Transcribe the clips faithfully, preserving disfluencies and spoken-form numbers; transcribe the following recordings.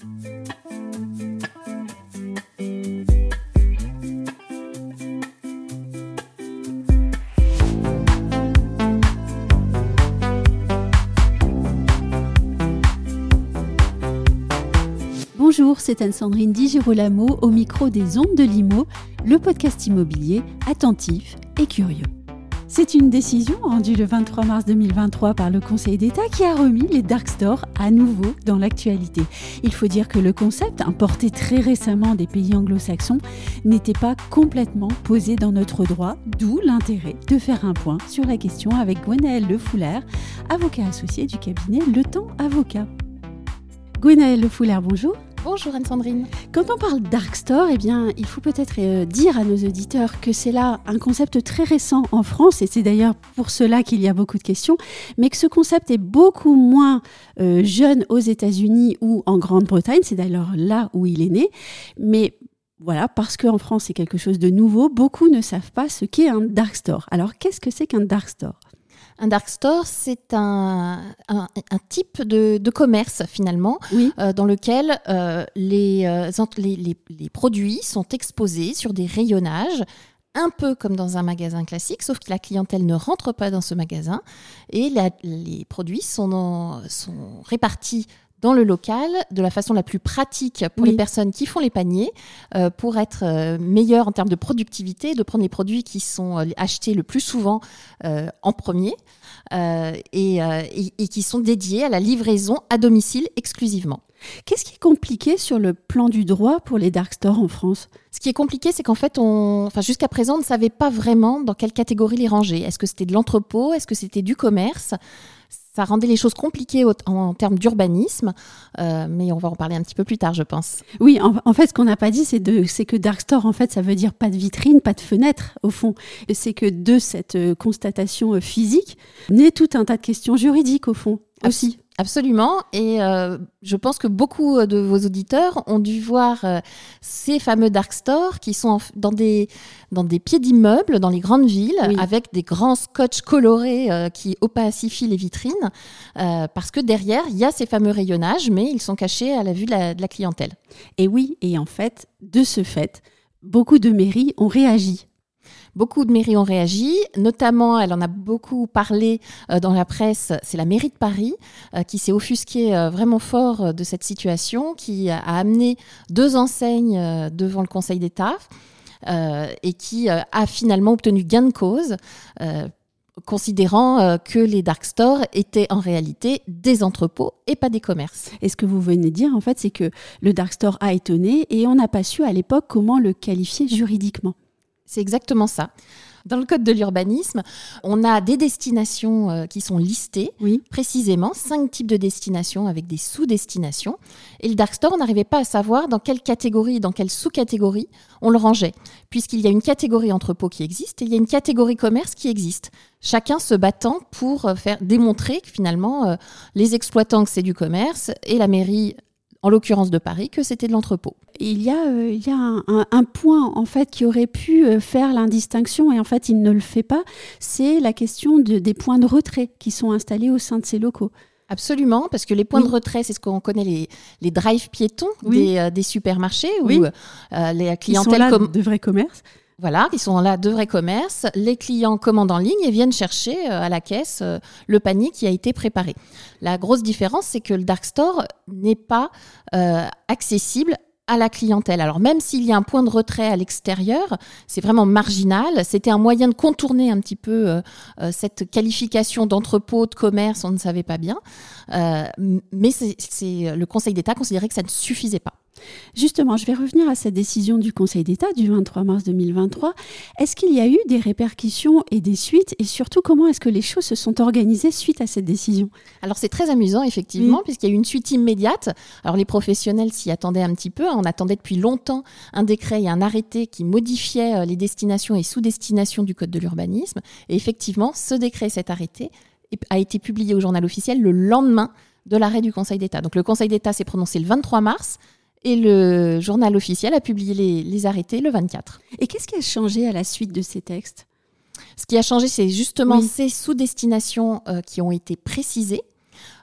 Bonjour, c'est Anne-Sandrine Di Girolamo au micro des Ondes de l'Imo, le podcast immobilier attentif et curieux. C'est une décision rendue le vingt-trois mars deux mille vingt-trois par le Conseil d'État qui a remis les dark stores à nouveau dans l'actualité. Il faut dire que le concept, importé très récemment des pays anglo-saxons, n'était pas complètement posé dans notre droit, d'où l'intérêt de faire un point sur la question avec Gwenaëlle Le Fouler, avocat associé du cabinet Le Temps Avocat. Gwenaëlle Le Fouler, bonjour. Bonjour Anne-Sandrine. Quand on parle dark store, eh bien, il faut peut-être euh, dire à nos auditeurs que c'est là un concept très récent en France, et c'est d'ailleurs pour cela qu'il y a beaucoup de questions, mais que ce concept est beaucoup moins euh, jeune aux États-Unis ou en Grande-Bretagne, c'est d'ailleurs là où il est né, mais voilà, parce qu'en France c'est quelque chose de nouveau, beaucoup ne savent pas ce qu'est un dark store. Alors qu'est-ce que c'est qu'un dark store ? Un dark store, c'est un, un, un type de, de commerce finalement, oui. euh, dans lequel euh, les, euh, les, les, les produits sont exposés sur des rayonnages, un peu comme dans un magasin classique, sauf que la clientèle ne rentre pas dans ce magasin et la, les produits sont, dans, sont répartis dans le local, de la façon la plus pratique pour oui. les personnes qui font les paniers, euh, pour être euh, meilleures en termes de productivité, de prendre les produits qui sont euh, achetés le plus souvent euh, en premier euh, et, euh, et, et qui sont dédiés à la livraison à domicile exclusivement. Qu'est-ce qui est compliqué sur le plan du droit pour les dark stores en France ? Ce qui est compliqué, c'est qu'en fait, on, enfin, jusqu'à présent, on ne savait pas vraiment dans quelle catégorie les ranger. Est-ce que c'était de l'entrepôt ? Est-ce que c'était du commerce ? Ça rendait les choses compliquées en, en termes d'urbanisme, euh, mais on va en parler un petit peu plus tard, je pense. Oui, en, en fait, ce qu'on n'a pas dit, c'est, de, c'est que dark store, en fait, ça veut dire pas de vitrine, pas de fenêtre, au fond. Et c'est que de cette euh, constatation euh, physique naît tout un tas de questions juridiques, au fond, aussi. Absolument, et euh, je pense que beaucoup de vos auditeurs ont dû voir euh, ces fameux dark stores qui sont en, dans, des, dans des pieds d'immeubles, dans les grandes villes, oui. avec des grands scotch colorés euh, qui opacifient les vitrines, euh, parce que derrière, il y a ces fameux rayonnages, mais ils sont cachés à la vue de la, de la clientèle. Et oui, et en fait, de ce fait, beaucoup de mairies ont réagi. Beaucoup de mairies ont réagi, notamment, elle en a beaucoup parlé euh, dans la presse, c'est la mairie de Paris euh, qui s'est offusquée euh, vraiment fort euh, de cette situation, qui a amené deux enseignes euh, devant le Conseil d'État euh, et qui euh, a finalement obtenu gain de cause, euh, considérant euh, que les dark stores étaient en réalité des entrepôts et pas des commerces. Et ce que vous venez de dire, en fait, c'est que le dark store a étonné et on n'a pas su à l'époque comment le qualifier juridiquement. C'est exactement ça. Dans le code de l'urbanisme, on a des destinations euh, qui sont listées, oui. précisément, cinq types de destinations avec des sous-destinations. Et le dark store, on n'arrivait pas à savoir dans quelle catégorie, dans quelle sous-catégorie on le rangeait, puisqu'il y a une catégorie entrepôt qui existe et il y a une catégorie commerce qui existe. Chacun se battant pour faire démontrer que finalement, euh, les exploitants que c'est du commerce et la mairie, en l'occurrence de Paris, que c'était de l'entrepôt. Il y a, euh, il y a un, un, un point en fait qui aurait pu euh, faire l'indistinction et en fait il ne le fait pas, c'est la question de, des points de retrait qui sont installés au sein de ces locaux. Absolument, parce que les points oui. de retrait, c'est ce qu'on connaît, les, les drive piétons oui. des, euh, des supermarchés oui. où euh, les clientèles... Ils sont là com- de vrais commerces. Voilà, ils sont là de vrais commerces. Les clients commandent en ligne et viennent chercher euh, à la caisse euh, le panier qui a été préparé. La grosse différence, c'est que le dark store n'est pas euh, accessible à la clientèle. Alors même s'il y a un point de retrait à l'extérieur, c'est vraiment marginal. C'était un moyen de contourner un petit peu euh, euh, cette qualification d'entrepôt, de commerce, on ne savait pas bien. Euh, mais c'est, c'est, le Conseil d'État considérait que ça ne suffisait pas. Justement, je vais revenir à cette décision du Conseil d'État du vingt-trois mars deux mille vingt-trois. Est-ce qu'il y a eu des répercussions et des suites ? Et surtout, comment est-ce que les choses se sont organisées suite à cette décision ? Alors, c'est très amusant, effectivement, oui. puisqu'il y a eu une suite immédiate. Alors, les professionnels s'y attendaient un petit peu. On attendait depuis longtemps un décret et un arrêté qui modifiait les destinations et sous-destinations du Code de l'urbanisme. Et effectivement, ce décret et cet arrêté a été publié au Journal officiel le lendemain de l'arrêt du Conseil d'État. Donc, le Conseil d'État s'est prononcé le vingt-trois mars. Et le journal officiel a publié les, les arrêtés le vingt-quatre. Et qu'est-ce qui a changé à la suite de ces textes ? Ce qui a changé, c'est justement oui. ces sous-destinations euh, qui ont été précisées.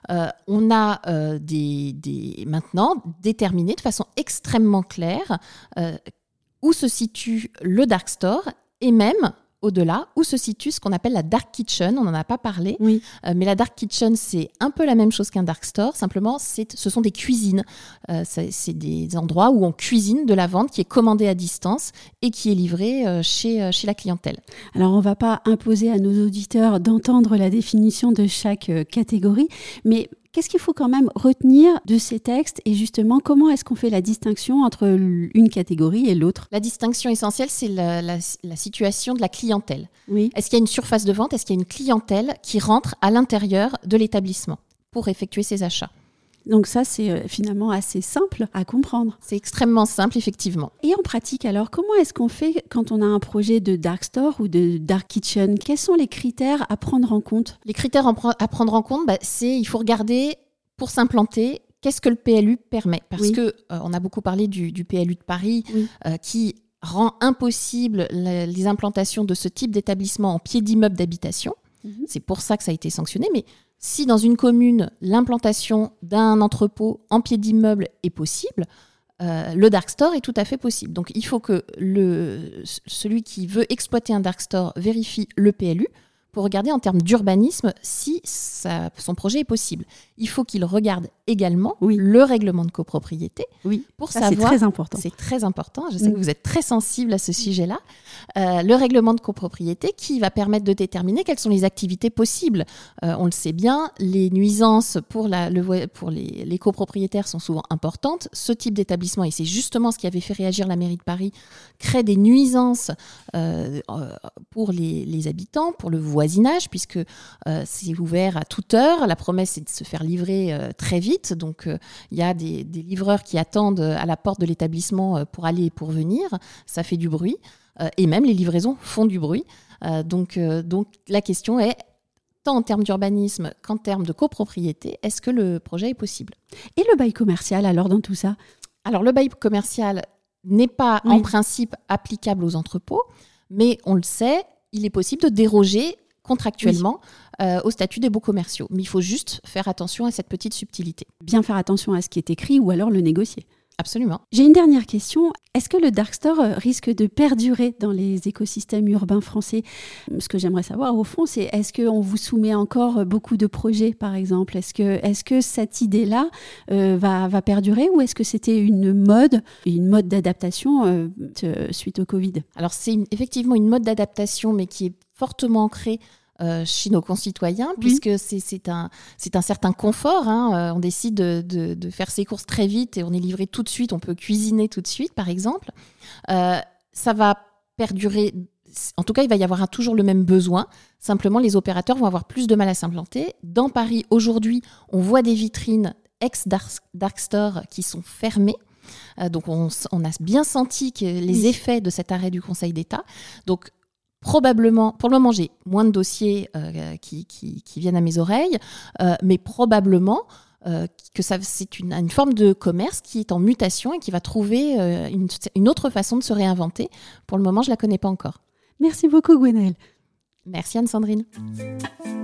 euh, on a euh, des, des, maintenant déterminé de façon extrêmement claire euh, où se situe le dark store et même au-delà, où se situe ce qu'on appelle la dark kitchen. On n'en a pas parlé, oui. euh, mais la dark kitchen, c'est un peu la même chose qu'un dark store. Simplement, c'est, ce sont des cuisines. Euh, c'est, c'est des endroits où on cuisine de la vente qui est commandée à distance et qui est livrée euh, chez, euh, chez la clientèle. Alors, on ne va pas imposer à nos auditeurs d'entendre la définition de chaque euh, catégorie, mais qu'est-ce qu'il faut quand même retenir de ces textes et justement, comment est-ce qu'on fait la distinction entre une catégorie et l'autre ? La distinction essentielle, c'est la, la, la situation de la clientèle. Oui. Est-ce qu'il y a une surface de vente ? Est-ce qu'il y a une clientèle qui rentre à l'intérieur de l'établissement pour effectuer ses achats ? Donc ça, c'est finalement assez simple à comprendre. C'est extrêmement simple, effectivement. Et en pratique, alors, comment est-ce qu'on fait quand on a un projet de dark store ou de dark kitchen ? Quels sont les critères à prendre en compte ? Les critères à prendre en compte, bah, c'est il faut regarder, pour s'implanter, qu'est-ce que le P L U permet ? Parce oui. que euh, on a beaucoup parlé du, du P L U de Paris, oui. euh, qui rend impossible la, les implantations de ce type d'établissement en pied d'immeuble d'habitation. Mmh. C'est pour ça que ça a été sanctionné, mais si dans une commune, l'implantation d'un entrepôt en pied d'immeuble est possible, euh, le dark store est tout à fait possible. Donc, il faut que le, celui qui veut exploiter un dark store vérifie le P L U pour regarder en termes d'urbanisme si ça, son projet est possible. Il faut qu'il regarde également oui. le règlement de copropriété oui. pour ça, savoir... C'est très important. C'est très important. Je sais mmh. que vous êtes très sensible à ce sujet-là. Euh, le règlement de copropriété qui va permettre de déterminer quelles sont les activités possibles. Euh, on le sait bien, les nuisances pour, la, le, pour les, les copropriétaires sont souvent importantes. Ce type d'établissement, et c'est justement ce qui avait fait réagir la mairie de Paris, crée des nuisances euh, pour les, les habitants, pour le voisinage, puisque euh, c'est ouvert à toute heure. La promesse est de se faire livrer euh, très vite. Donc, il euh, y a des, des livreurs qui attendent à la porte de l'établissement euh, pour aller et pour venir. Ça fait du bruit. Euh, et même les livraisons font du bruit. Euh, donc, euh, donc, la question est, tant en termes d'urbanisme qu'en termes de copropriété, est-ce que le projet est possible ? Et le bail commercial, alors, dans tout ça ? Alors, le bail commercial n'est pas oui. en principe applicable aux entrepôts, mais on le sait, il est possible de déroger contractuellement oui. euh, au statut des baux commerciaux. Mais il faut juste faire attention à cette petite subtilité. Bien faire attention à ce qui est écrit ou alors le négocier. Absolument. J'ai une dernière question. Est-ce que le dark store risque de perdurer dans les écosystèmes urbains français ? Ce que j'aimerais savoir, au fond, c'est est-ce qu'on vous soumet encore beaucoup de projets, par exemple ? Est-ce que, est-ce que cette idée-là euh, va, va perdurer ou est-ce que c'était une mode, une mode d'adaptation euh, suite au Covid ? Alors, c'est une, effectivement une mode d'adaptation, mais qui est fortement ancrée Euh, chez nos concitoyens, oui. puisque c'est, c'est, un, c'est un certain confort. Hein. Euh, on décide de, de, de faire ses courses très vite et on est livré tout de suite. On peut cuisiner tout de suite, par exemple. Euh, ça va perdurer. En tout cas, il va y avoir un, toujours le même besoin. Simplement, les opérateurs vont avoir plus de mal à s'implanter. Dans Paris, aujourd'hui, on voit des vitrines ex-dark store qui sont fermées. Euh, donc, on, on a bien senti que les oui. effets de cet arrêt du Conseil d'État. Donc, probablement, pour le moment, j'ai moins de dossiers euh, qui, qui, qui viennent à mes oreilles, euh, mais probablement euh, que ça, c'est une, une forme de commerce qui est en mutation et qui va trouver euh, une, une autre façon de se réinventer. Pour le moment, je ne la connais pas encore. Merci beaucoup, Gwenaëlle. Merci Anne-Sandrine.